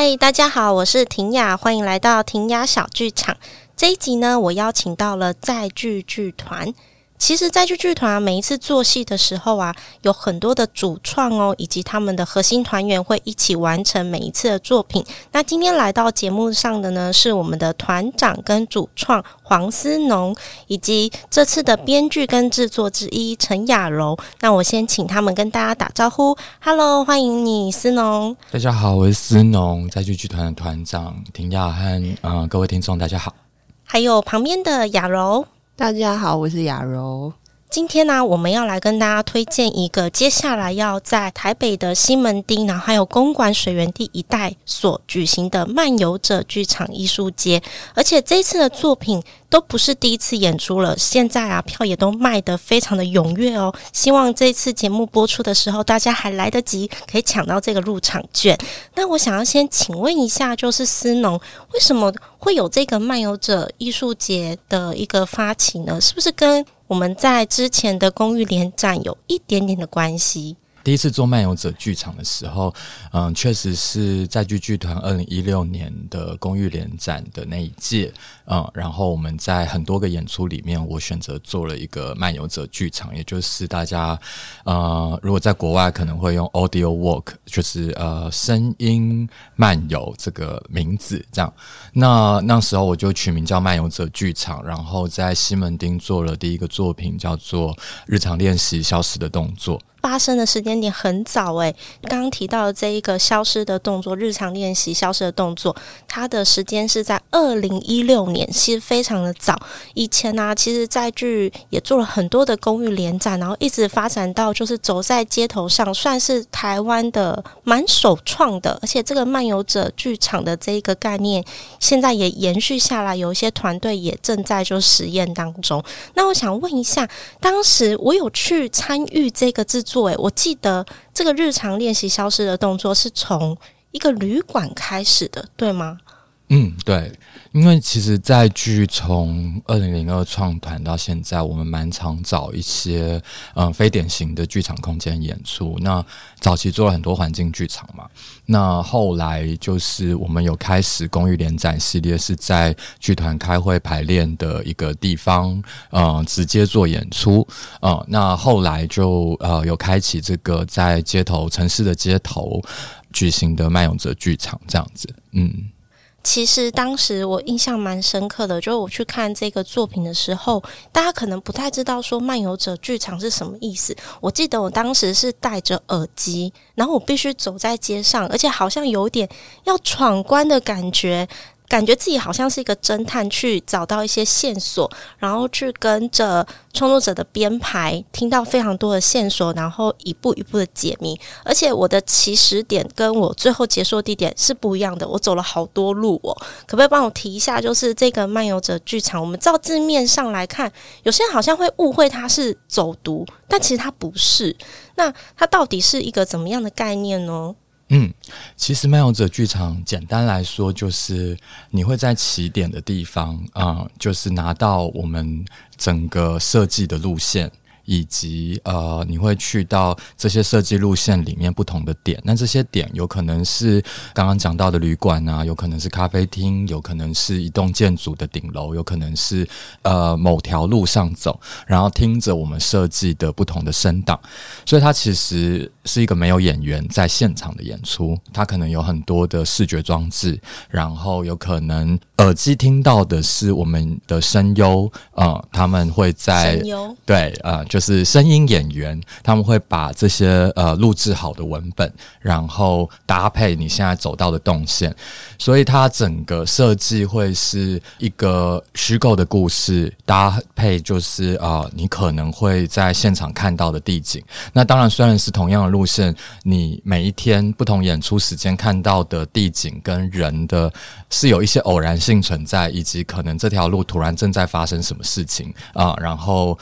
嗨，大家好，我是婷雅，欢迎来到婷雅小剧场。这一集呢，我邀请到了在剧剧团。其实在剧剧团每一次做戏的时候啊，有很多的主创哦，以及他们的核心团员会一起完成每一次的作品。那今天来到节目上的呢，是我们的团长跟主创黄思农，以及这次的编剧跟制作之一陈雅柔。那我先请他们跟大家打招呼。Hello， 欢迎你，思农。 大家好，我是思农，在剧剧团的团长婷雅和各位听众大家好。 还有旁边的雅柔。 大家好，我是雅柔。 今天呢，我们要来跟大家推荐一个接下来要在台北的西门町，然后还有公馆水源地一带所举行的漫游者剧场艺术节。而且这一次的作品都不是第一次演出了，现在啊票也都卖得非常的踊跃哦。希望这次节目播出的时候，大家还来得及可以抢到这个入场券。那我想要先请问一下，就是思农，为什么会有这个漫游者艺术节的一个发起呢？是不是跟我们在之前的公寓联展有一点点的关系？ 第一次做漫游者剧场的时候，确实是在剧剧团2016年的公寓联展的那一届，然后我们在很多个演出里面，我选择做了一个漫游者剧场，也就是大家如果在国外可能会用 audio walk， 就是声音漫游这个名字这样。那时候我就取名叫漫游者剧场，然后在西门町做了第一个作品，叫做日常练习消失的动作。 发生的时间点很早诶，刚刚提到的这一个消失的动作，日常练习消失的动作，它的时间是在2016年，其实非常的早。以前啊，其实在剧也做了很多的公寓联展，然后一直发展到就是走在街头上，算是台湾的蛮首创的。而且这个漫游者剧场的这一个概念，现在也延续下来，有一些团队也正在就实验当中。那我想问一下，当时我有去参与这个制作，我记得这个日常练习消失的动作是从一个旅馆开始的，对吗？ 对，因为其实在剧从2002创团到现在，我们蛮常找一些非典型的剧场空间演出。那早期做了很多环境剧场嘛，那后来就是我们有开始公寓联展系列，是在剧团开会排练的一个地方直接做演出。那后来就有开启这个在街头城市的街头举行的漫游者剧场这样子。 其实当时我印象蛮深刻的，就是我去看这个作品的时候，大家可能不太知道说漫游者剧场是什么意思。我记得我当时是戴着耳机，然后我必须走在街上，而且好像有点要闯关的感觉自己好像是一个侦探，去找到一些线索，然后去跟着创作者的编排，听到非常多的线索，然后一步一步的解谜。而且我的起始点跟我最后结束的地点是不一样的，我走了好多路哦。可不可以帮我提一下，就是这个漫游者剧场，我们照字面上来看，有些人好像会误会它是走读，但其实它不是。那它到底是一个怎么样的概念呢？ 其实漫游者剧场简单来说，就是你会在起点的地方就是拿到我们整个设计的路线，以及你会去到这些设计路线里面不同的点。那这些点有可能是刚刚讲到的旅馆啊，有可能是咖啡厅，有可能是一栋建筑的顶楼，有可能是某条路上走，然后听着我们设计的不同的声档。所以它其实是一个没有演员在现场的演出，它可能有很多的视觉装置，然后有可能耳机听到的是我们的声优，他们会在声优对就是声音演员，他们会把这些录制好的文本，然后搭配你现在走到的动线，所以它整个设计会是一个虚构的故事，搭配就是你可能会在现场看到的地景。那当然虽然是同样的路线，你每一天不同演出时间看到的地景跟人的是有一些偶然性存在，以及可能这条路突然正在发生什么事情然后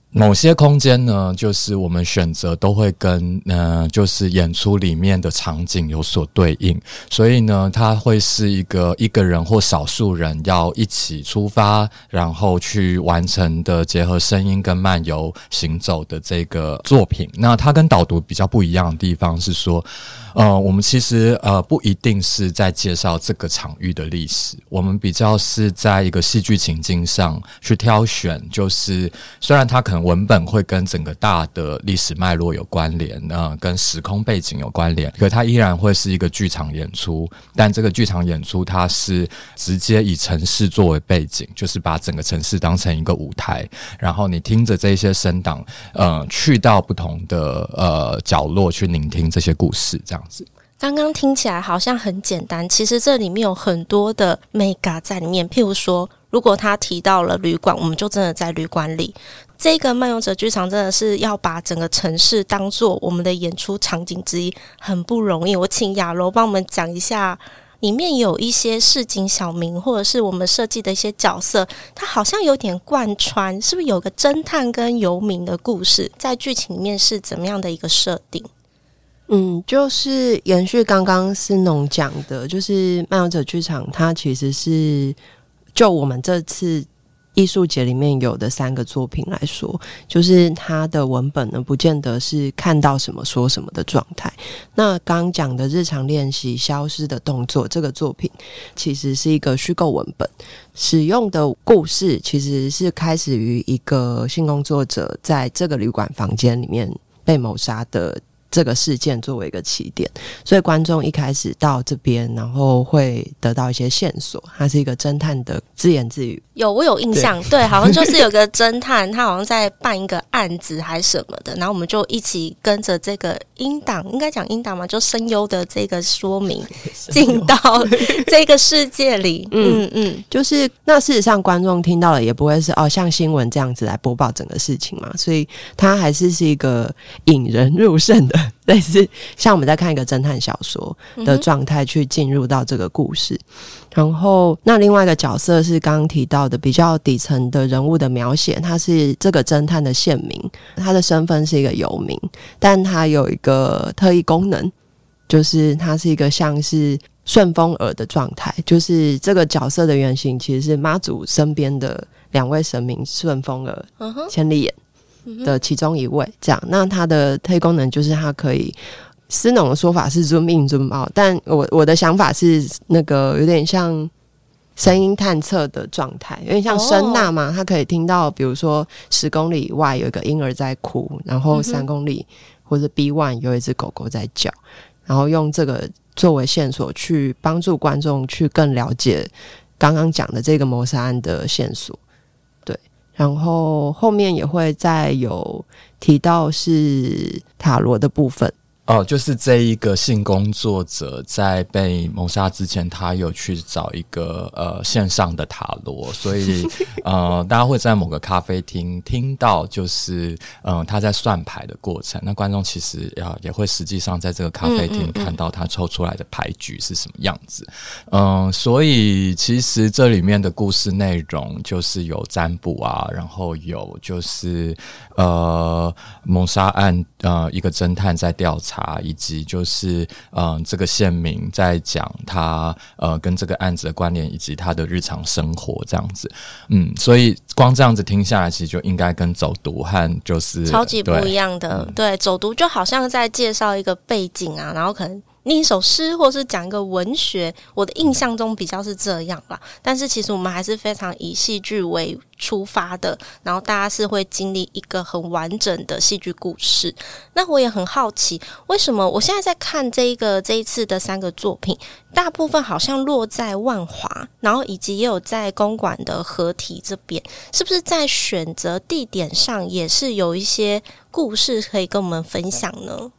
某些空间呢，就是我们选择都会跟就是演出里面的场景有所对应，所以呢，它会是一个人或少数人要一起出发，然后去完成的结合声音跟漫游行走的这个作品。那它跟导读比较不一样的地方是说，我们其实不一定是在介绍这个场域的历史，我们比较是在一个戏剧情境上去挑选，就是虽然它可能文本会跟整个大的历史脉络有关联，跟时空背景有关联，可它依然会是一个剧场演出，但这个剧场演出它是直接以城市作为背景，就是把整个城市当成一个舞台，然后你听着这些声档，去到不同的角落去聆听这些故事，这样子。 刚刚听起来好像很简单，其实这里面有很多的 mega 在里面。譬如说，如果他提到了旅馆，我们就真的在旅馆里。这个漫游者剧场真的是要把整个城市当作我们的演出场景之一，很不容易。我请雅柔帮我们讲一下，里面有一些市井小民或者是我们设计的一些角色，它好像有点贯穿，是不是有个侦探跟游民的故事在剧情里面是怎么样的一个设定？ 就是延续刚刚思农讲的，就是漫游者剧场它其实是就我们这次艺术节里面有的3个作品来说，就是它的文本呢不见得是看到什么说什么的状态。那刚刚讲的日常练习消失的动作这个作品其实是一个虚构文本，使用的故事其实是开始于一个性工作者在这个旅馆房间里面被谋杀的这个事件作为一个起点，所以观众一开始到这边，然后会得到一些线索。它是一个侦探的自言自语。 我有印象，对，好像就是有个侦探，他好像在办一个案子还什么的，然后我们就一起跟着这个音档，应该讲音档嘛，就声优的这个说明，进到这个世界里。 就是那事实上观众听到了也不会是像新闻这样子来播报整个事情嘛，所以它还是一个引人入胜的。类似像我们在看一个侦探小说的状态去进入到这个故事。然后那另外一个角色是刚刚提到的比较底层的人物的描写，他是这个侦探的县民，他的身份是一个游民，但他有一个特异功能，就是他是一个像是顺风耳的状态，就是这个角色的原型其实是妈祖身边的2位神明顺风耳、千里眼的其中一位，这样。那他的特异功能就是他可以，思农的说法是 zoom in zoom out， 但我的想法是那个有点像声音探测的状态，有点像声呐嘛，他可以听到比如说10公里以外有一个婴儿在哭，然后3公里或者 B1 有一只狗狗在叫，然后用这个作为线索去帮助观众去更了解刚刚讲的这个谋杀案的线索。对，然后后面也会再有提到是塔罗的部分。 就是这一个性工作者在被谋杀之前，他有去找一个线上的塔罗，所以大家会在某个咖啡厅听到，就是他在算牌的过程。那观众其实也会实际上在这个咖啡厅看到他抽出来的牌局是什么样子。所以其实这里面的故事内容就是有占卜啊，然后有就是谋杀案一个侦探在调查。以及就是这个县民在讲他跟这个案子的关联，以及他的日常生活这样子。所以光这样子听下来，其实就应该跟走读和就是超级不一样的。对，走读就好像在介绍一个背景啊，然后可能念一首诗或是讲一个文学，我的印象中比较是这样啦。但是其实我们还是非常以戏剧为出发的，然后大家是会经历一个很完整的戏剧故事。那我也很好奇，为什么我现在在看这一次的3个作品，大部分好像落在万华，然后以及也有在公馆的合体这边，是不是在选择地点上也是有一些故事可以跟我们分享呢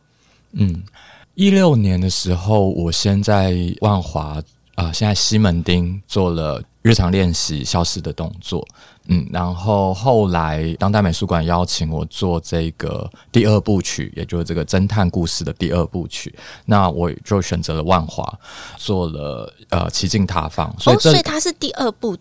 ？16年的时候，我先在万华现在西门町做了日常练习消失的动作。然后后来当代美术馆邀请我做这个第2部曲，也就是这个侦探故事的第2部曲，那我就选择了万华做了奇境塌方。所以它是第2部曲。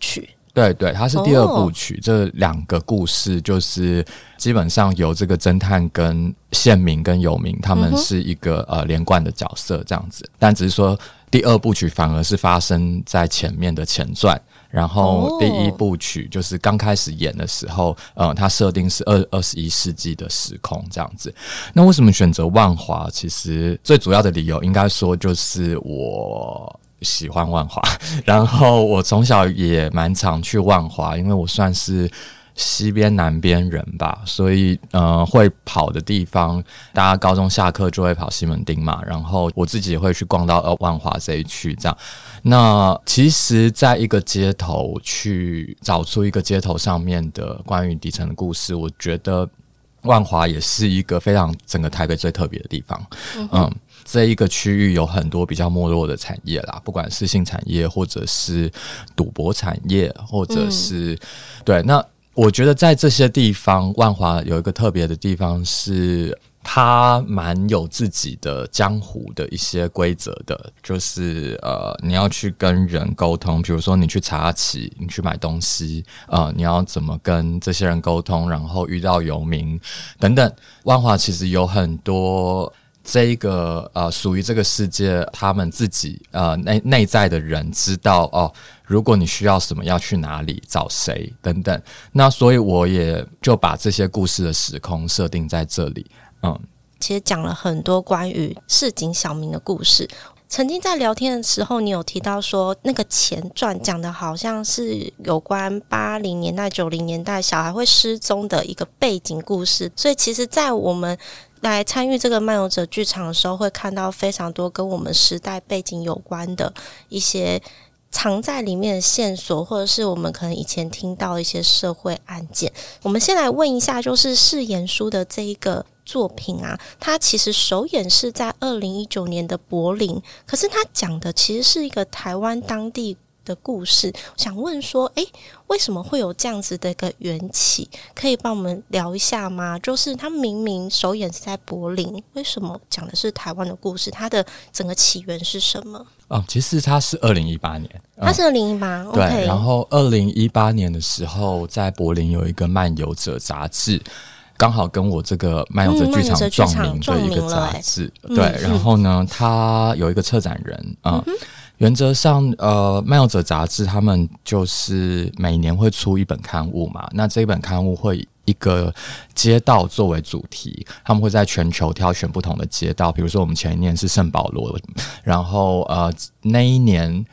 对对，它是第二部曲，这两个故事就是基本上由这个侦探跟县民跟游民他们是一个连贯的角色这样子，但只是说第二部曲反而是发生在前面的前传，然后第一部曲就是刚开始演的时候，它设定是21世纪的时空这样子。那为什么选择万华？其实最主要的理由应该说就是我喜欢万华，然后我从小也蛮常去万华，因为我算是西边南边人吧，所以会跑的地方，大家高中下课就会跑西门町嘛，然后我自己也会去逛到万华这一区这样。那其实在一个街头去找出一个街头上面的关于底层的故事，我觉得万华也是一个非常整个台北最特别的地方。这一个区域有很多比较没落的产业啦，不管是性产业或者是赌博产业，或者是对。那我觉得在这些地方，万华有一个特别的地方是它蛮有自己的江湖的一些规则的，就是你要去跟人沟通，比如说你去茶企，你去买东西，你要怎么跟这些人沟通，然后遇到游民等等。万华其实有很多这一个属于这个世界他们自己内在的人知道哦，如果你需要什么要去哪里找谁等等。那所以我也就把这些故事的时空设定在这里。 其实讲了很多关于市井小民的故事。曾经在聊天的时候，你有提到说那个前传讲的好像是有关80年代90年代小孩会失踪的一个背景故事，所以其实在我们来参与这个漫游者剧场的时候，会看到非常多跟我们时代背景有关的一些藏在里面的线索，或者是我们可能以前听到一些社会案件。我们先来问一下，就是释言书的这一个作品啊，它其实首演是在2019年的柏林，可是它讲的其实是一个台湾当地的故事。想问说，为什么会有这样子的一个缘起？可以帮我们聊一下吗？就是它明明首演是在柏林，为什么讲的是台湾的故事？它的整个起源是什么？ 其实它是2018年， 它是2018， 对。 Okay 然后2018年的时候，在柏林有一个漫游者杂志。刚好跟我这个漫游者剧场撞名的一个杂志，对。然后呢，他有一个策展人原则上漫游者杂志他们就是每年会出一本刊物嘛，那这一本刊物会一个街道作为主题，他们会在全球挑选不同的街道，比如说我们前一年是圣保罗，然后那一年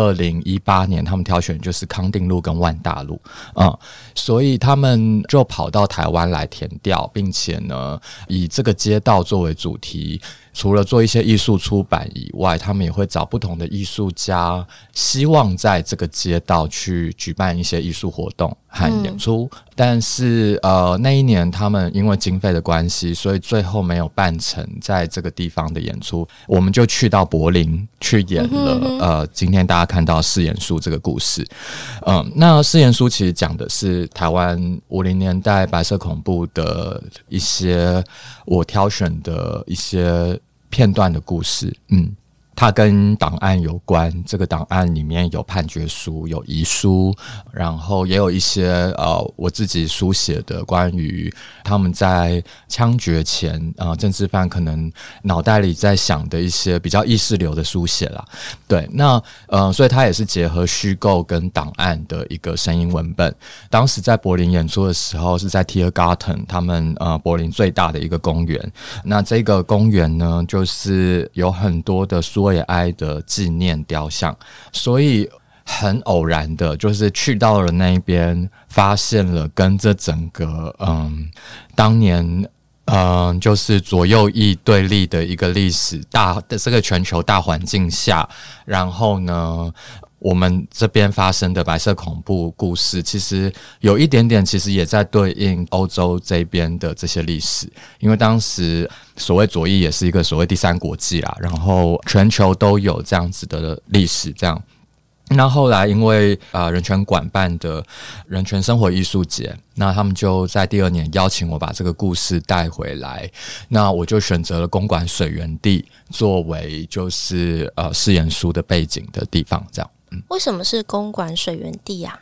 2018年他们挑选就是康定路跟万大路，所以他们就跑到台湾来田调，并且呢以这个街道作为主题，除了做一些艺术出版以外，他们也会找不同的艺术家，希望在这个街道去举办一些艺术活动和演出。但是那一年他们因为经费的关系，所以最后没有办成在这个地方的演出，我们就去到柏林去演了今天大家看到释言书这个故事。那释言书其实讲的是台湾50年代白色恐怖的一些我挑选的一些片段的故事。它跟档案有关，这个档案里面有判决书，有遗书，然后也有一些我自己书写的关于他们在枪决前政治犯可能脑袋里在想的一些比较意识流的书写啦。对，那所以它也是结合虚构跟档案的一个声音文本。当时在柏林演出的时候是在 Tiergarten， 他们柏林最大的一个公园。那这个公园呢，就是有很多的苏维埃的纪念雕像，所以很偶然的就是去到了那一边，发现了跟这整个当年就是左右翼对立的一个历史大的这个全球大环境下，然后呢我们这边发生的白色恐怖故事，其实有一点点其实也在对应欧洲这边的这些历史，因为当时所谓左翼也是一个所谓第三国际啦，然后全球都有这样子的历史这样。那后来因为人权馆办的人权生活艺术节，那他们就在第2年邀请我把这个故事带回来，那我就选择了公馆水源地作为就是释言书的背景的地方这样。 为什么是公馆水源地啊？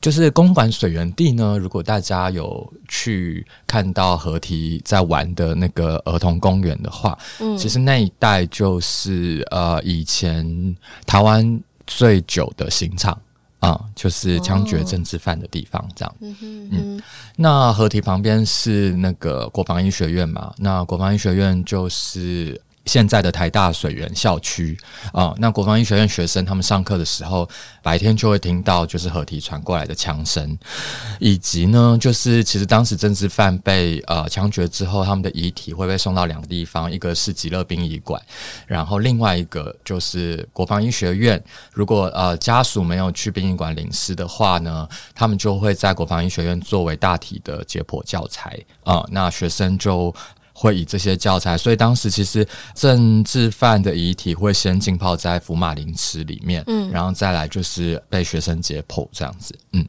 就是公馆水源地呢，如果大家有去看到河堤在玩的那个儿童公园的话，其实那一带就是以前台湾最久的刑场就是枪决政治犯的地方，这样。那河堤旁边是那个国防医学院嘛，那国防医学院就是现在的台大水源校区那国防医学院学生他们上课的时候，白天就会听到就是河堤传过来的枪声，以及呢，就是其实当时政治犯被枪决之后，他们的遗体会被送到2个地方，一个是极乐殡仪馆，然后另外一个就是国防医学院。如果家属没有去殡仪馆领尸的话呢，他们就会在国防医学院作为大体的解剖教材那学生就会以这些教材，所以当时其实政治犯的遗体会先浸泡在福马林池里面，然后再来就是被学生解剖这样子。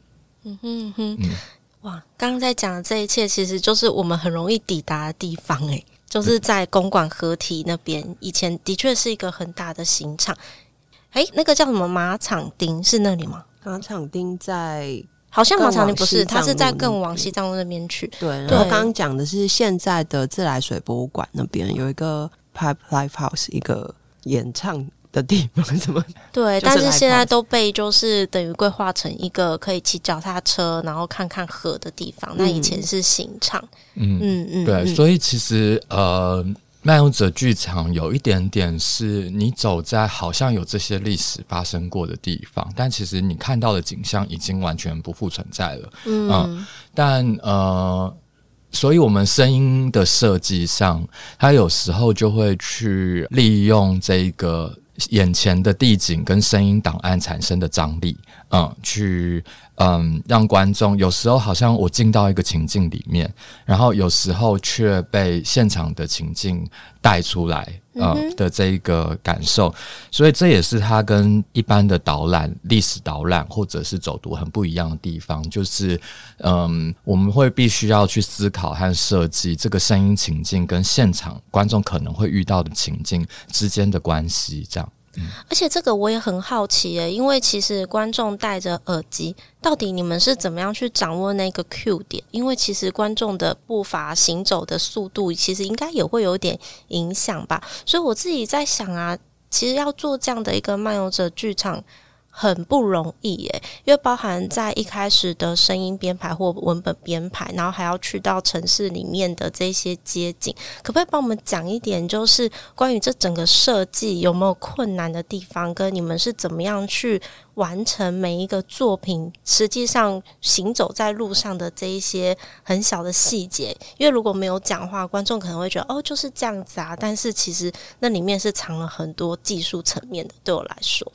哇，刚刚在讲的这一切，其实就是我们很容易抵达的地方就是在公馆河堤那边，以前的确是一个很大的刑场。那个叫什么马场町是那里吗？ 马场町在。 好像马场町不是，它是在更往西藏路那边去。 对，然后刚刚讲的是现在的自来水博物馆那边有一个 Pipe Life House， 一个演唱的地方什么？ 对，但是现在都被就是等于规划成一个可以骑脚踏车，然后看看河的地方。那以前是刑场。 对，所以其实漫游者剧场有一点点是你走在好像有这些历史发生过的地方，但其实你看到的景象已经完全不复存在了。但所以我们声音的设计上，它有时候就会去利用这个眼前的地景跟声音档案产生的张力，去让观众有时候好像我进到一个情境里面，然后有时候却被现场的情境带出来的这一个感受，所以这也是它跟一般的导览、历史导览或者是走读很不一样的地方，就是我们会必须要去思考和设计这个声音情境跟现场观众可能会遇到的情境之间的关系，这样。 而且这个我也很好奇因为其实观众戴着耳机，到底你们是怎么样去掌握那个 Q 点？因为其实观众的步伐行走的速度其实应该也会有点影响吧。所以我自己在想其实要做这样的一个漫游者剧场很不容易因为包含在一开始的声音编排或文本编排，然后还要去到城市里面的这些街景，可不可以帮我们讲一点，就是关于这整个设计有没有困难的地方，跟你们是怎么样去完成每一个作品实际上行走在路上的这一些很小的细节？因为如果没有讲话，观众可能会觉得就是这样子但是其实那里面是藏了很多技术层面的，对我来说。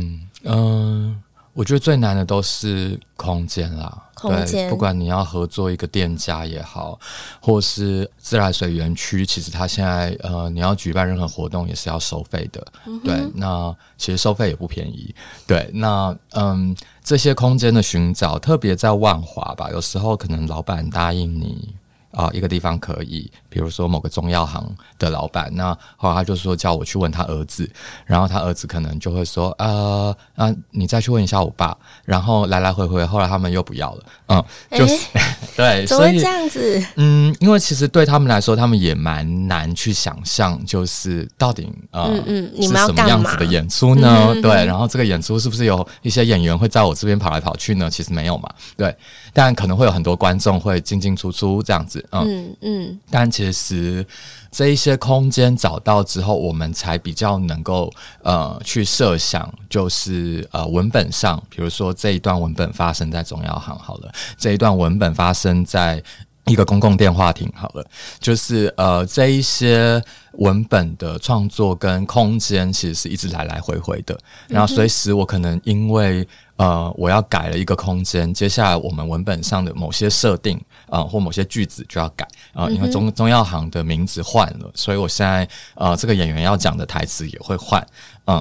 我觉得最难的都是空间啦， 空间， 不管你要合作一个店家也好，或是自来水园区，其实它现在你要举办任何活动也是要收费的，对，那其实收费也不便宜，对，那这些空间的寻找，特别在万华吧，有时候可能老板答应你一个地方可以，比如说某个中药行的老板，那后来他就说叫我去问他儿子，然后他儿子可能就会说你再去问一下我爸，然后来来回回，后来他们又不要了，就是对， 怎么会这样子？ 因为其实对他们来说，他们也蛮难去想象，就是到底你们要是什么样子的演出呢？对，然后这个演出是不是有一些演员会在我这边跑来跑去呢？其实没有嘛，对，但可能会有很多观众会进进出出这样子。但其实这一些空间找到之后，我们才比较能够去设想，就是文本上，比如说这一段文本发生在中药行好了，这一段文本发生在一个公共电话亭好了，就是这一些文本的创作跟空间其实是一直来来回回的，然后随时我可能因为我要改了一个空间，接下来我们文本上的某些设定或某些句子就要改因为中药行的名字换了，所以我现在这个演员要讲的台词也会换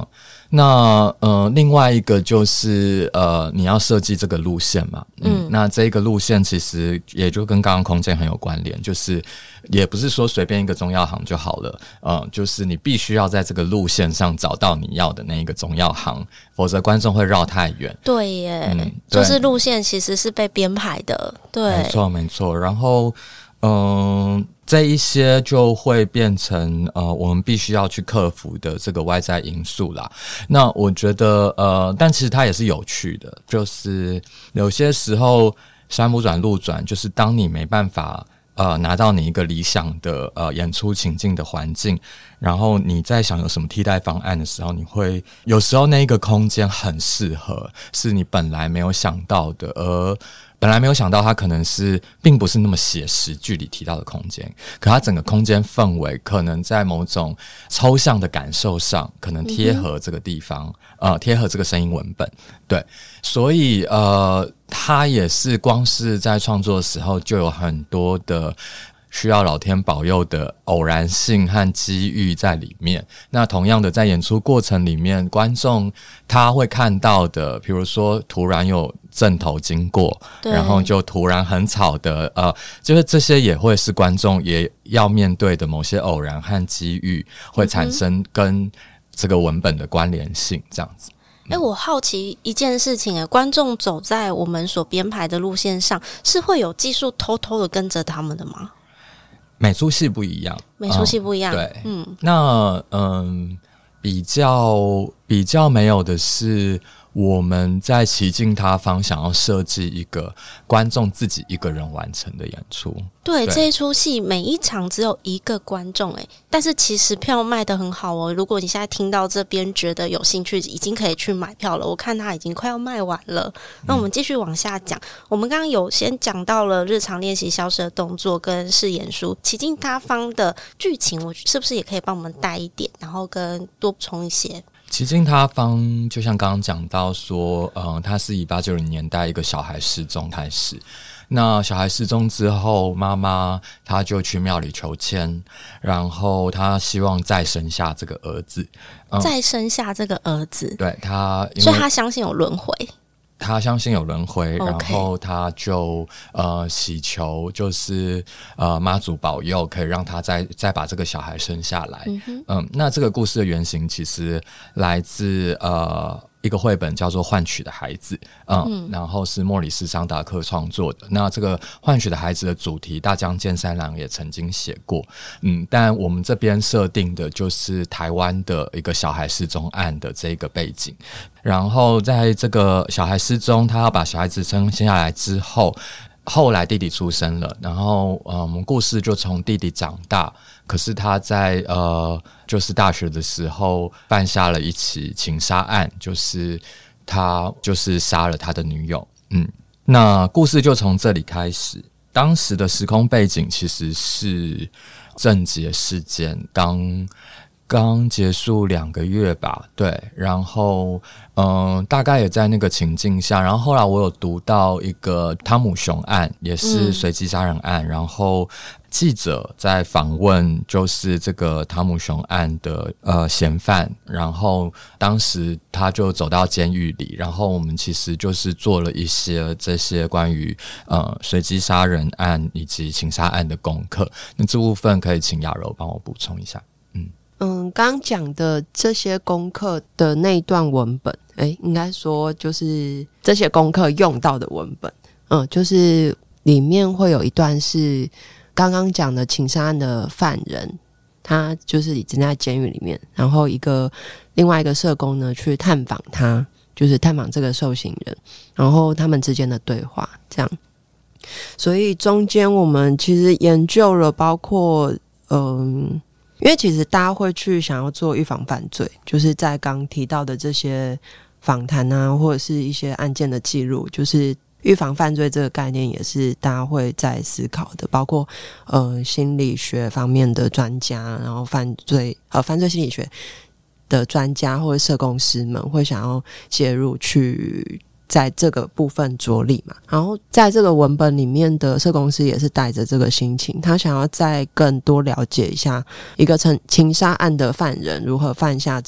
那另外一个就是你要设计这个路线嘛，那这个路线其实也就跟刚刚空间很有关联，就是也不是说随便一个中药行就好了，就是你必须要在这个路线上找到你要的那一个中药行，否则观众会绕太远。 对耶，就是路线其实是被编排的，对， 没错没错。然后这一些就会变成我们必须要去克服的这个外在因素啦。那我觉得但其实它也是有趣的，就是有些时候山不转路转，就是当你没办法拿到你一个理想的演出情境的环境，然后你在想有什么替代方案的时候，你会有时候那一个空间很适合，是你本来没有想到的，而本来没有想到它可能是并不是那么写实剧里提到的空间，可它整个空间氛围可能在某种抽象的感受上可能贴合这个地方，贴合这个声音文本，对，所以它也是光是在创作的时候就有很多的需要老天保佑的偶然性和机遇在里面。那同样的，在演出过程里面，观众他会看到的，比如说突然有阵头经过，然后就突然很吵的就是这些也会是观众也要面对的某些偶然和机遇，会产生跟这个文本的关联性，这样子。 我好奇一件事情，观众走在我们所编排的路线上，是会有技术偷偷的跟着他们的吗？ 每出戏不一样， 每出戏不一样， 对，那比较没有的是，我们在奇境他方想要设计一个观众自己一个人完成的演出。 对，这一出戏每一场只有一个观众，但是其实票卖得很好哦。如果你现在听到这边觉得有兴趣，已经可以去买票了。我看它已经快要卖完了。那我们继续往下讲。我们刚刚有先讲到了日常练习消失的动作跟饰演书，奇境他方的剧情，我是不是也可以帮我们带一点，然后跟多补充一些？ 奇境他方就像刚刚讲到说，它是以890年代一个小孩失踪开始。那小孩失踪之后，妈妈她就去庙里求签，然后她希望再生下这个儿子， 再生下这个儿子， 对他， 所以他相信有轮回。 他相信有轮回， Okay. 然后他就祈求，就是妈祖保佑，可以让他再把这个小孩生下来。那这个故事的原型其实来自一个绘本叫做《换取的孩子》，然后是莫里斯桑达克创作的。那这个《换取的孩子》的主题，大江健三郎也曾经写过。但我们这边设定的就是台湾的一个小孩失踪案的这个背景。然后在这个小孩失踪，他要把小孩子生下来之后，后来弟弟出生了，然后我们故事就从弟弟长大，可是他在就是大学的时候犯下了一起情杀案，就是他就是杀了他的女友。那故事就从这里开始。当时的时空背景其实是郑捷事件刚结束2个月吧，对，然后大概也在那个情境下，然后后来我有读到一个汤姆熊案，也是随机杀人案，然后记者在访问就是这个汤姆熊案的嫌犯，然后当时他就走到监狱里，然后我们其实就是做了一些这些关于随机杀人案以及情杀案的功课，那这部分可以请雅柔帮我补充一下。 刚讲的这些功课的那一段文本，应该说就是这些功课用到的文本，就是里面会有一段是刚刚讲的情杀案的犯人，他就是已经在监狱里面，然后另外一个社工呢去探访他，就是探访这个受刑人，然后他们之间的对话，这样。所以中间我们其实研究了，包括因为其实大家会去想要做预防犯罪，就是在刚提到的这些访谈啊，或者是一些案件的记录，就是预防犯罪这个概念也是大家会在思考的，包括心理学方面的专家，然后犯罪心理学的专家或者社工师们会想要介入去在这个部分着力嘛。然后在这个文本里面的社工师也是带着这个心情，他想要再更多了解一下一个情杀案的犯人如何犯下这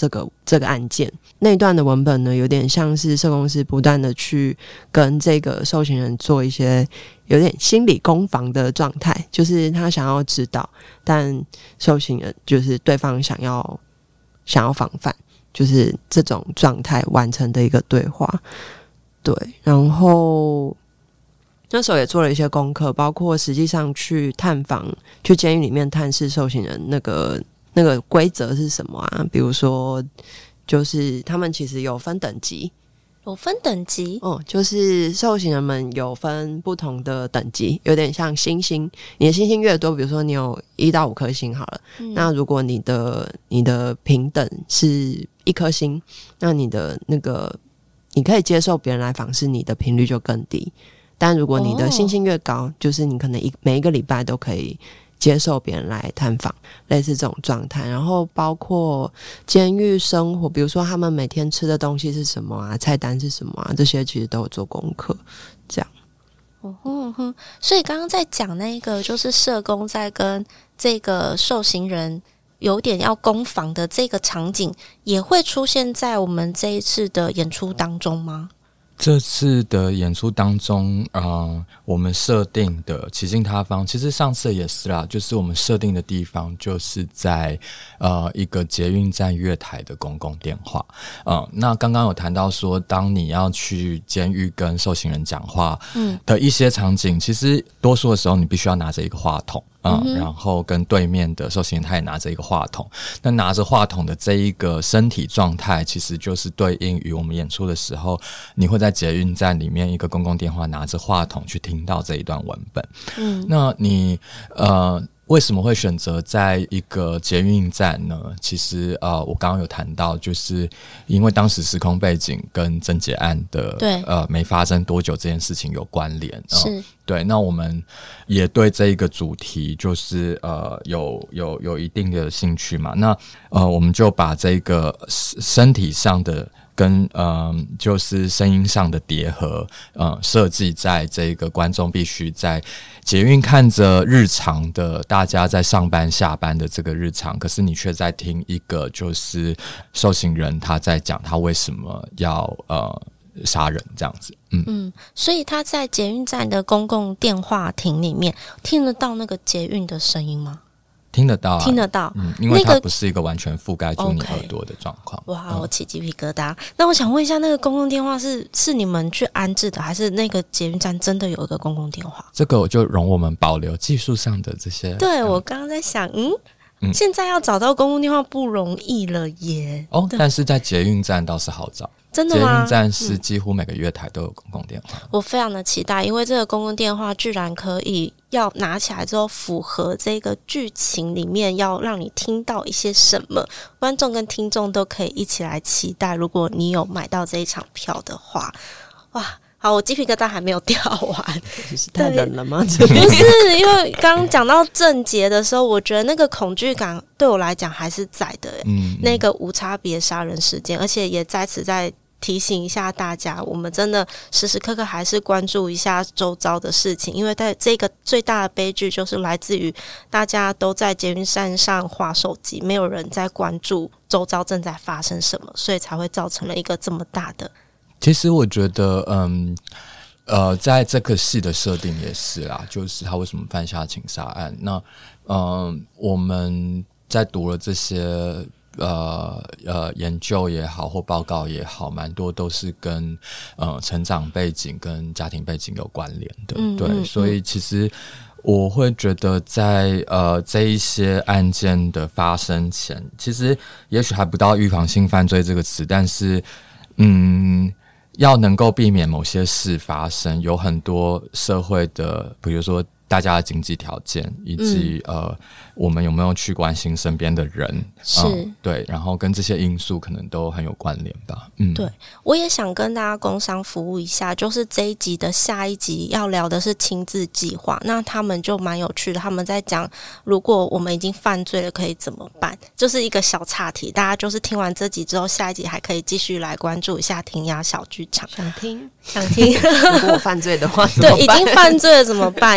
这个案件。那一段的文本呢，有点像是社工师不断的去跟这个受刑人做一些有点心理攻防的状态，就是他想要指导，但受刑人就是对方想要防范，就是这种状态完成的一个对话。对，然后那时候也做了一些功课，包括实际上去探访，去监狱里面探视受刑人那个规则是什么啊？比如说，就是他们其实有分等级，就是受刑人们有分不同的等级，有点像星星。你的星星越多，比如说你有1到5颗星好了，那如果你的平等是1颗星，那你的那个你可以接受别人来访视你的频率就更低。但如果你的星星越高，就是你可能每一个礼拜都可以接受别人来探访，类似这种状态。然后包括监狱生活，比如说他们每天吃的东西是什么啊，菜单是什么啊，这些其实都有做功课这样。 所以刚刚在讲那个就是社工在跟这个受刑人有点要攻防的这个场景，也会出现在我们这一次的演出当中吗？ 这次的演出当中，我们设定的起劲他方，其实上次也是啦，就是我们设定的地方就是在一个捷运站月台的公共电话。那刚刚有谈到说，当你要去监狱跟受刑人讲话的一些场景，其实多数的时候你必须要拿着一个话筒。然后跟对面的受刑人他也拿着一个话筒，那拿着话筒的这一个身体状态，其实就是对应于我们演出的时候，你会在捷运站里面一个公共电话拿着话筒去听到这一段文本。那你为什么会选择在一个捷运站呢？其实我刚刚有谈到，就是因为当时时空背景跟侦结案的没发生多久这件事情有关联。 是对，那我们也对这一个主题就是有一定的兴趣嘛。那我们就把这个身体上的跟就是声音上的叠合设计在这个观众必须在捷运看着日常的大家在上班下班的这个日常，可是你却在听一个就是受刑人他在讲他为什么要杀人这样子。 所以他在捷运站的公共电话亭里面听得到那个捷运的声音吗？ 听得到， 听得到， 因为它不是一个完全覆盖住你耳朵的状况。 哇，我起鸡皮疙瘩。那我想问一下，那个公共电话是你们去安置的，还是那个捷运站真的有一个公共电话？ 这个我就容我们保留技术上的这些。 对，我刚刚在想，现在要找到公共电话不容易了耶。 但是在捷运站倒是好找。 真的吗？ 捷运站是几乎每个月台都有公共电话。 我非常的期待，因为这个公共电话居然可以要拿起来之后符合这个剧情里面要让你听到一些什么，观众跟听众都可以一起来期待。如果你有买到这一场票的话，哇！好，我鸡皮疙瘩还没有掉完， 是太冷了吗？ 不是，因为刚刚讲到症结的时候，我觉得那个恐惧感对我来讲还是在的。那个无差别杀人事件，而且也在此再提醒一下大家，我们真的时时刻刻还是关注一下周遭的事情，因为在这个最大的悲剧就是来自于大家都在捷运站上滑手机，没有人在关注周遭正在发生什么，所以才会造成了一个这么大的。 其实我觉得在这个戏的设定也是啦，就是他为什么犯下情杀案。那我们在读了这些研究也好或报告也好，蛮多都是跟成长背景跟家庭背景有关联的。对，所以其实我会觉得在这一些案件的发生前，其实也许还不到预防性犯罪这个词，但是要能够避免某些事发生，有很多社会的，比如说大家的经济条件，以及我们有没有去关心身边的人，对，然后跟这些因素可能都很有关联吧。 对，我也想跟大家工商服务一下，就是这一集的下一集要聊的是亲自计划，那他们就蛮有趣的，他们在讲如果我们已经犯罪了可以怎么办，就是一个小岔题，大家就是听完这集之后，下一集还可以继续来关注一下庭雅小剧场。 想听如果我犯罪的话怎么办？ 对，已经犯罪了怎么办？因为有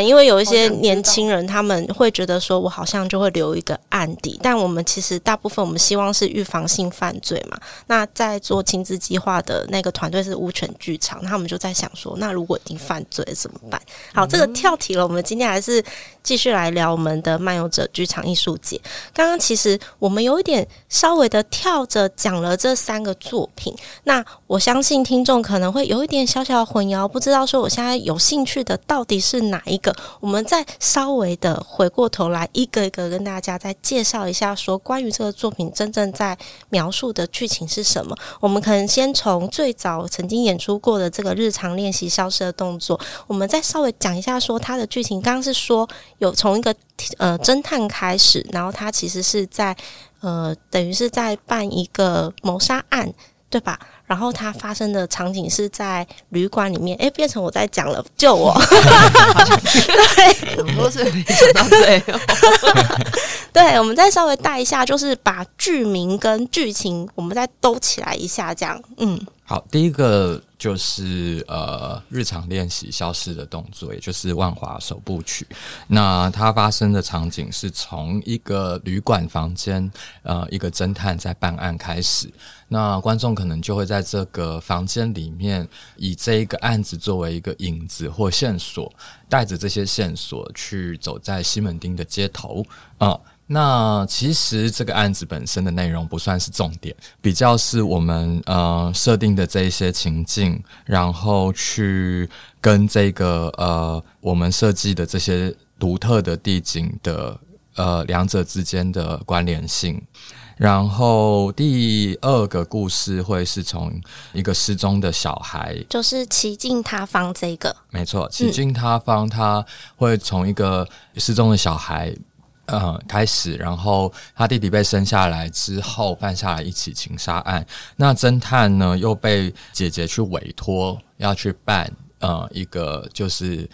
一些年轻人他们会觉得说我好像就会留一个案底，但我们其实大部分我们希望是预防性犯罪嘛。那在做亲子计划的那个团队是乌犬剧场，他们就在想说那如果已经犯罪了怎么办。好，这个跳题了，我们今天还是继续来聊我们的漫游者剧场艺术节。刚刚其实我们有一点稍微的跳着讲了这3个作品，那我相信听众可能会有一点小小的混淆，不知道说我现在有兴趣的到底是哪一个。我们再稍微的回过头来一个一个跟大家再介绍一下说关于这个作品真正在描述的剧情是什么。我们可能先从最早曾经演出过的这个日常练习消失的动作，我们再稍微讲一下说它的剧情。刚刚是说有从一个侦探开始，然后他其实是在等于是在办一个谋杀案，对吧？然后它发生的场景是在旅馆里面，变成我在讲了，救我！对， 很多是没想到最后。 对，我们再稍微带一下，就是把剧名跟剧情我们再兜起来一下，这样。 好，第一个就是日常练习消失的动作，也就是万华首部曲。那它发生的场景是从一个旅馆房间，一个侦探在办案开始。那观众可能就会在这个房间里面，以这一个案子作为一个引子或线索，带着这些线索去走在西门町的街头那其实这个案子本身的内容不算是重点，比较是我们设定的这一些情境，然后去跟这个我们设计的这些独特的地景的两者之间的关联性。然后第2个故事会是从一个失踪的小孩， 就是奇境他方这个， 没错，奇境他方他会从一个失踪的小孩开始，然后他弟弟被生下来之后犯下来一起情杀案，那侦探呢又被姐姐去委托要去办一个就是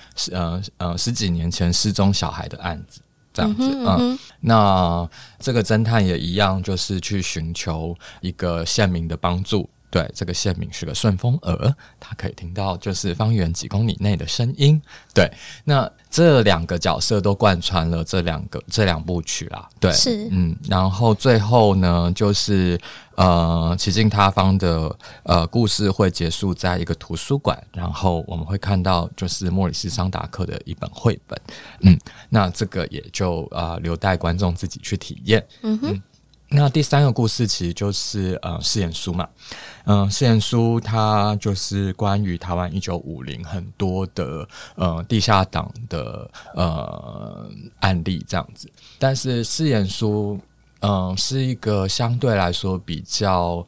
10几年前失踪小孩的案子。这样子，那这个侦探也一样，就是去寻求一个县民的帮助。对，这个县民是个顺风耳，他可以听到就是方圆几公里内的声音。对，那这2个角色都贯穿了这2部曲啦。对， 是， 然后最后呢，就是奇境他方的故事会结束在一个图书馆，然后我们会看到就是莫里斯桑达克的一本绘本。那这个也就留待观众自己去体验。那第3个故事其实就是誓言书嘛。誓言书它就是关于台湾1950很多的地下党的案例这样子。但是誓言书是一个相对来说比较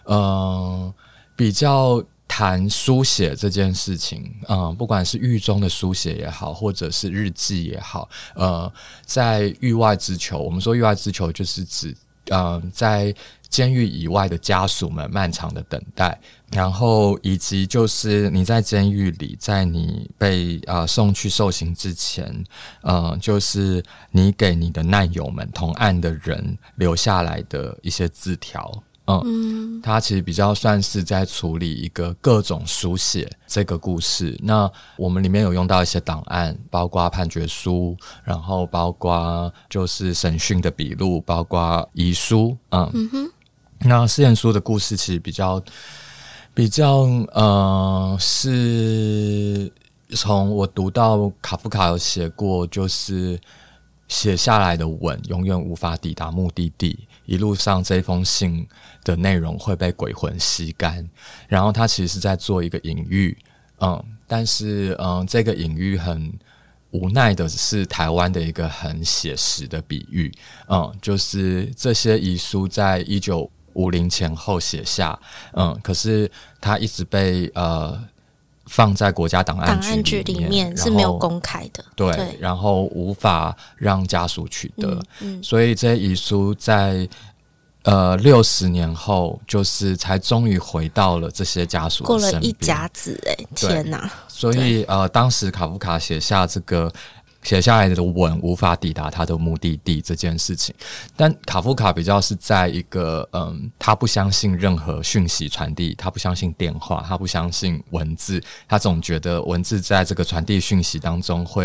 谈书写这件事情，不管是狱中的书写也好，或者是日记也好，在狱外之囚，我们说狱外之囚就是指在监狱以外的家属们漫长的等待，然后以及就是你在监狱里，在你被送去受刑之前，就是你给你的难友们同案的人留下来的一些字条。它其实比较算是在处理一个各种书写这个故事。那我们里面有用到一些档案，包括判决书，然后包括就是审讯的笔录，包括遗书。那誓言书的故事其实比较是从我读到卡夫卡有写过，就是写下来的吻永远无法抵达目的地，一路上这封信的内容会被鬼魂吸干，然后他其实是在做一个隐喻，但是这个隐喻很无奈的是台湾的一个很写实的比喻，就是这些遗书在1950前后写下，可是他一直被放在国家档案局里面是没有公开的， 对，然后无法让家属取得，所以这些遗书在60年后，就是才终于回到了这些家属的身边， 过了一甲子，天哪！ 所以当时卡夫卡写下来的吻无法抵达他的目的地这件事情，但卡夫卡比较是在一个他不相信任何讯息传递，他不相信电话，他不相信文字，他总觉得文字在这个传递讯息当中会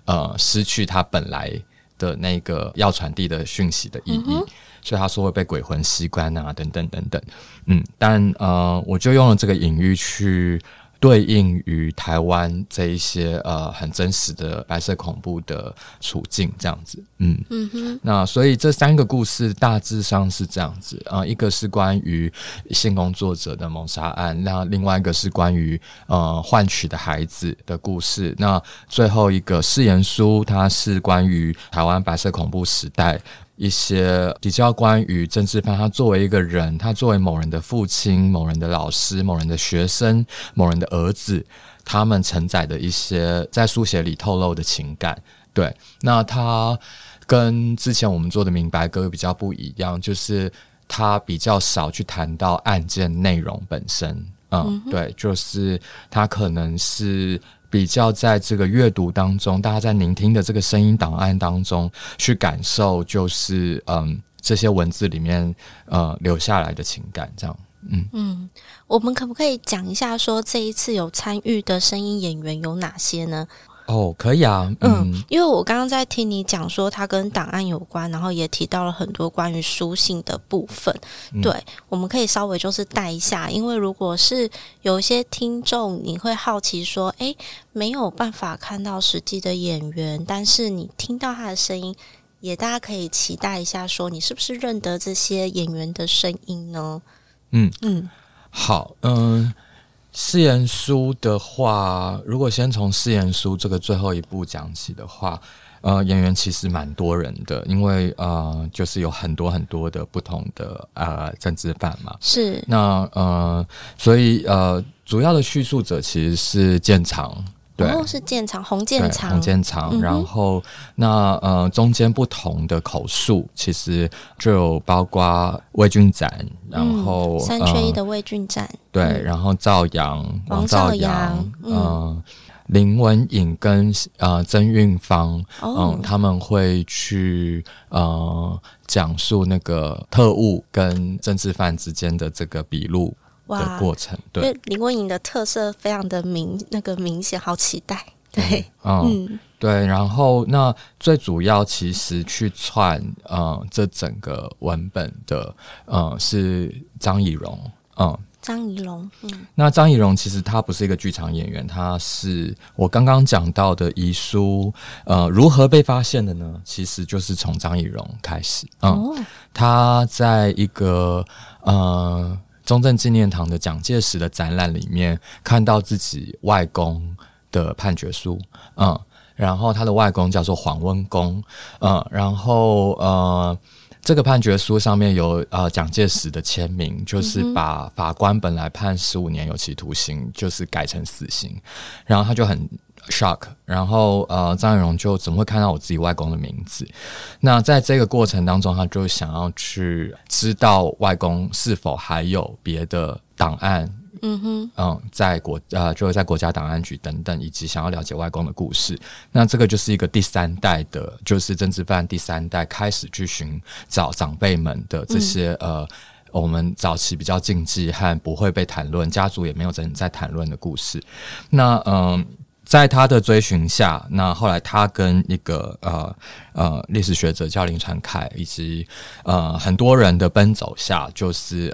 失去它本来的那个要传递的讯息的意义，所以他说会被鬼魂吸干啊，等等等等。但我就用了这个隐喻去对应于台湾这一些很真实的白色恐怖的处境，这样子。那所以这3个故事大致上是这样子一个是关于性工作者的谋杀案，那另外一个是关于换取的孩子的故事，那最后一个誓言书，它是关于台湾白色恐怖时代一些比较关于政治犯，他作为一个人，他作为某人的父亲、某人的老师、某人的学生、某人的儿子，他们承载的一些在书写里透露的情感。对，那他跟之前我们做的明白歌比较不一样，就是他比较少去谈到案件内容本身。对，就是他可能是比较在这个阅读当中，大家在聆听的这个声音档案当中去感受，就是这些文字里面留下来的情感，这样。 我们可不可以讲一下说这一次有参与的声音演员有哪些呢？ 可以啊。 因为我刚刚在听你讲说它跟档案有关，然后也提到了很多关于书信的部分。对，我们可以稍微就是带一下，因为如果是有一些听众你会好奇说没有办法看到实际的演员，但是你听到他的声音，也大家可以期待一下说你是不是认得这些演员的声音呢？ 好，誓言书的话，如果先从誓言书这个最后一部讲起的话，演员其实蛮多人的，因为就是有很多很多的不同的政治犯嘛。 是。 那所以主要的叙述者其实是建长。对， 是建长，洪建长， 洪建长。然后那中间不同的口述，其实就有包括魏俊展，然后 3缺1的魏俊展， 对，然后赵阳、王兆阳，林文颖跟曾运芳，他们会去讲述那个特务跟政治犯之间的这个笔录的过程。对， 因为林文颖的特色非常的明显，好期待。对， 对，然后那最主要其实去串这整个文本的是张以荣。 张宜龙。 那张宜荣其实他不是一个剧场演员，他是我刚刚讲到的遗书如何被发现的呢？其实就是从张宜荣开始。他在一个中正纪念堂的蒋介石的展览里面看到自己外公的判决书。然后他的外公叫做黄温公。然后这个判决书上面有蒋介石的签名，就是把法官本来判15年有期徒刑，就是改成死刑。然后他就很 shock， 然后张以荣就怎么会看到我自己外公的名字？那在这个过程当中，他就想要去知道外公是否还有别的档案。就是在国家档案局等等，以及想要了解外公的故事。那这个就是一个第3代的，就是政治犯第3代开始去寻找长辈们的这些我们早期比较禁忌和不会被谈论，家族也没有真正在谈论的故事。那在他的追寻下，那后来他跟一个历史学者叫林传凯，以及很多人的奔走下，就是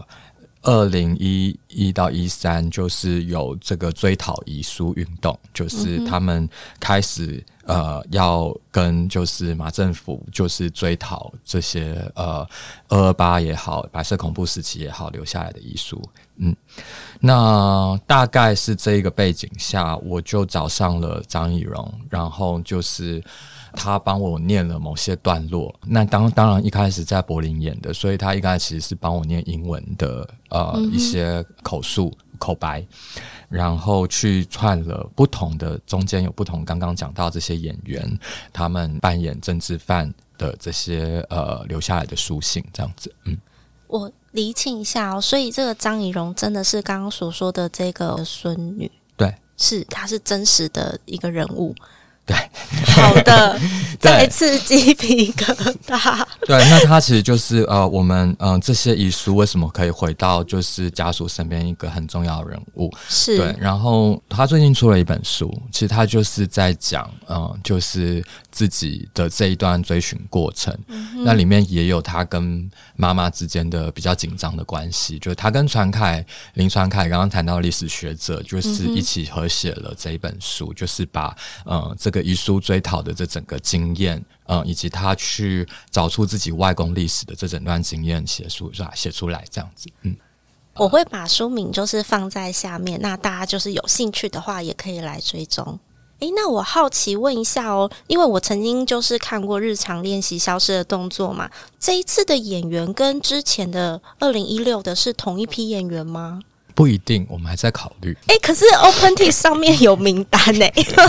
2011到13就是有这个追讨遗书运动，就是他们开始要跟就是马政府就是追讨这些228也好，白色恐怖时期也好留下来的遗书。那大概是这个背景下，我就找上了张以荣，然后就是他帮我念了某些段落。那当然一开始在柏林演的，所以他一开始其实是帮我念英文的一些口述口白，然后去串了不同的，中间有不同刚刚讲到这些演员他们扮演政治犯的这些留下来的书信，这样子。 我厘清一下所以这个张以荣真的是刚刚所说的这个孙女？ 对， 是她是真实的一个人物。 对， 好的，再次鸡皮疙瘩。 对，那他其实就是我们这些遗书为什么可以回到就是家属身边一个很重要的人物， 是对。然后他最近出了一本书，其实他就是在讲就是自己的这一段追寻过程。那里面也有他跟妈妈之间的比较紧张的关系，就是他跟林传凯刚刚谈到历史学者，就是一起合写了这一本书，就是把这个遗书追讨的这整个经验，以及他去找出自己外公历史的这整段经验写出来这样子。 我会把书名就是放在下面，那大家就是有兴趣的话也可以来追踪。那我好奇问一下哦，因为我曾经就是看过日常练习消失的动作嘛，这一次的演员跟之前的2016的是同一批演员吗？ 不一定，我们还在考虑。 可是 OpenTix 上面有名单呢，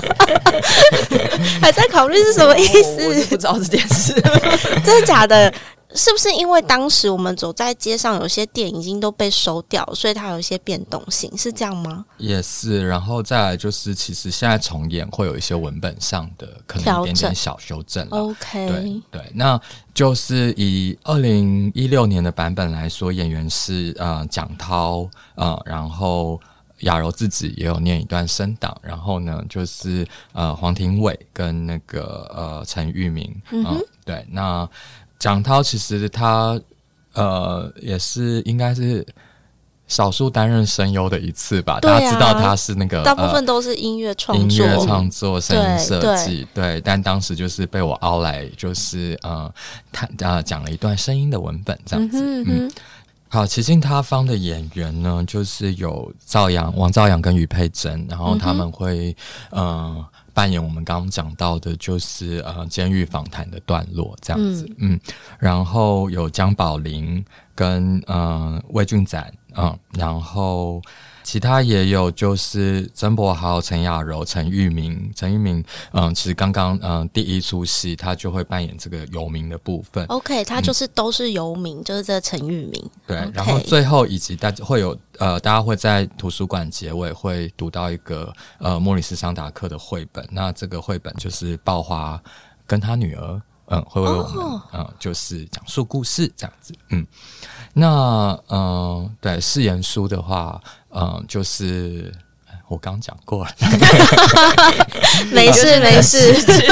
还在考虑是什么意思？ 我是不知道这件事， 真的假的？是不是因为当时我们走在街上，有些店已经都被收掉，所以它有一些变动性，是这样吗？ 也是，然后再来就是，其实现在重演会有一些文本上的可能一点点小修正。 OK， 对，那就是以2016年的版本来说，演员是蒋涛，然后雅柔自己也有念一段声档，然后呢就是黄庭伟跟那个陈玉明，对，那蒋涛其实他也是应该是少数担任声优的一次吧，大家知道他是那个大部分都是音乐创作、 声音设计，对，但当时就是被我凹来，就是他讲了一段声音的文本这样子。好，奇境他方的演员呢，就是有王兆阳跟于佩珍，然后他们会扮演我们刚刚讲到的，就是监狱访谈的段落这样子。然后有江宝林跟魏俊展，然后其他也有就是曾柏豪、陈雅柔、陈玉明，其实刚刚第一出戏他就会扮演这个游民的部分。 OK， 他就是都是游民，就是这陈玉明。 对， okay， 然后最后以及大家会在图书馆结尾会读到一个莫里斯桑达克的绘本，那这个绘本就是爆花跟他女儿会为我们就是讲述故事这样子。那对誓言书的话，就是我刚讲过了， 没事。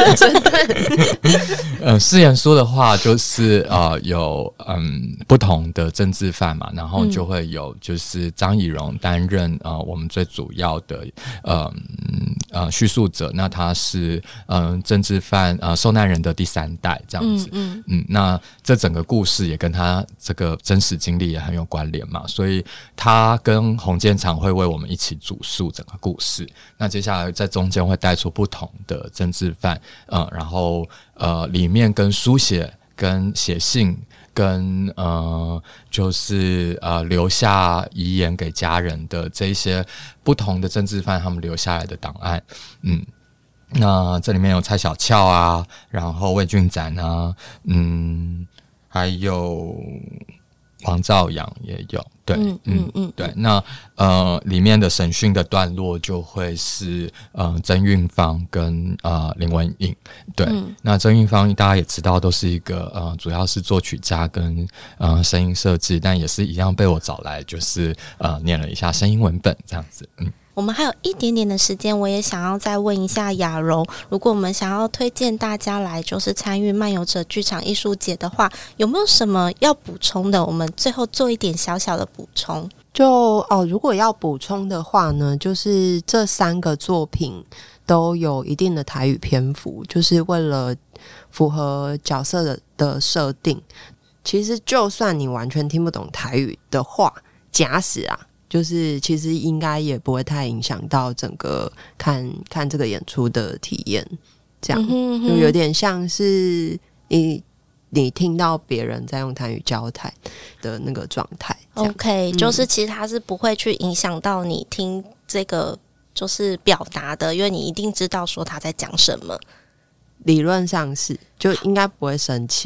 誓言书的话，就是有不同的政治犯嘛，然后就会有就是张以荣担任我们最主要的叙述者，那他是政治犯受难人的第3代这样子。那这整个故事也跟他这个真实经历也很有关联嘛，所以他跟洪建长会为我们一起主述整个故事。那接下来在中间会带出不同的政治犯，然后里面跟书写、跟写信、跟就是留下遗言给家人的这一些不同的政治犯他们留下来的档案。那这里面有蔡小俏啊，然后魏俊展啊，还有王兆阳也有。对，对，那里面的审讯的段落就会是曾运芳跟林文颖。对，那曾运芳大家也知道都是一个主要是作曲家跟声音设计，但也是一样被我找来，就是念了一下声音文本这样子。 我们还有一点点的时间，我也想要再问一下雅柔，如果我们想要推荐大家来就是参与漫游者剧场艺术节的话，有没有什么要补充的？我们最后做一点小小的补充。 如果要补充的话呢，就是这3个作品都有一定的台语篇幅，就是为了符合角色的设定。其实就算你完全听不懂台语的话，假使就是其实应该也不会太影响到整个看这个演出的体验，这样就有点像是你听到别人在用台语交谈的那个状态。 OK，就是其实它是不会去影响到你听这个就是表达的，因为你一定知道说他在讲什么。 理论上是，就应该不会生气。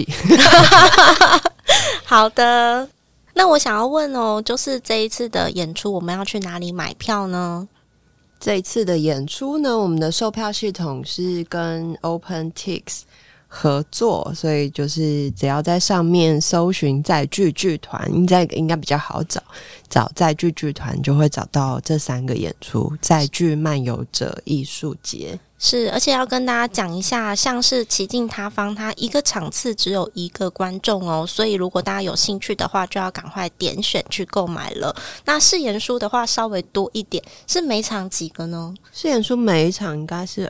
好的。那我想要问就是这一次的演出我们要去哪里买票呢？ 这一次的演出呢，我们的售票系统是跟 OpenTix 合作，所以就是只要在上面搜寻在剧剧团，应该比较好找在剧剧团，就会找到这3个演出，在剧漫游者艺术节。 是，而且要跟大家讲一下，像是奇境他方，它一个场次只有1个观众哦，所以如果大家有兴趣的话，就要赶快点选去购买了。那试演书的话稍微多一点，是每场几个呢？ 试演书每一场应该是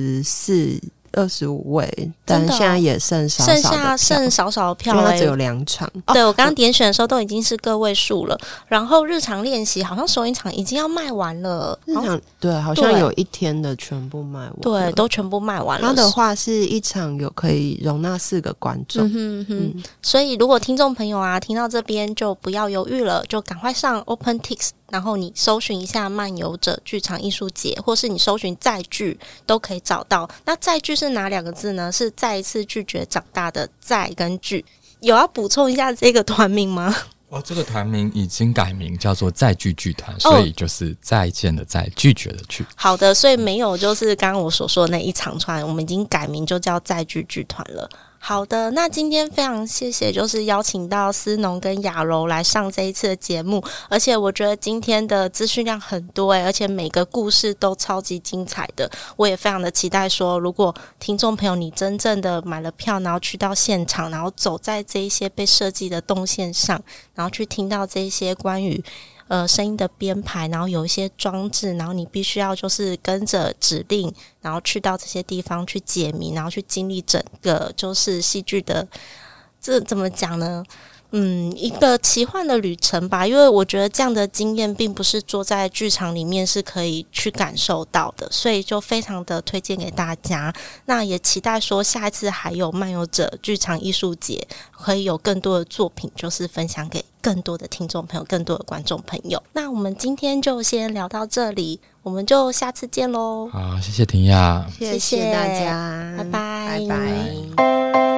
24-25位，但现在也剩少少的票，因为它只有2场。 对，我刚刚点选的时候都已经是个位数了。然后日常练习好像首映场已经要卖完了， 日常对，好像有1天的全部卖完， 对，都全部卖完了。 它的话是一场可以容纳4个观众， 所以如果听众朋友啊听到这边就不要犹豫了，就赶快上 OpenTix。然后你搜寻一下漫游者剧场艺术节，或是你搜寻在剧都可以找到。那在剧是哪2个字呢？是再一次拒绝长大的在跟剧。有要补充一下这个团名吗？ 这个团名已经改名叫做在剧剧团，所以就是再见的再，拒绝的拒。 好的，所以没有就是刚刚我所说的那一长串，我们已经改名就叫在剧剧团了。好的，那今天非常谢谢，就是邀请到思农跟雅柔来上这一次的节目，而且我觉得今天的资讯量很多而且每个故事都超级精彩的，我也非常的期待说，如果听众朋友你真正的买了票，然后去到现场，然后走在这一些被设计的动线上，然后去听到这一些关于声音的编排，然后有一些装置，然后你必须要就是跟着指令，然后去到这些地方去解谜，然后去经历整个就是戏剧的这怎么讲呢？一个奇幻的旅程吧，因为我觉得这样的经验并不是坐在剧场里面是可以去感受到的，所以就非常的推荐给大家。那也期待说下一次还有漫游者剧场艺术节可以有更多的作品，就是分享给更多的听众朋友，更多的观众朋友。那我们今天就先聊到这里，我们就下次见咯。 好，谢谢庭雅， 谢谢大家， 拜拜， 拜拜。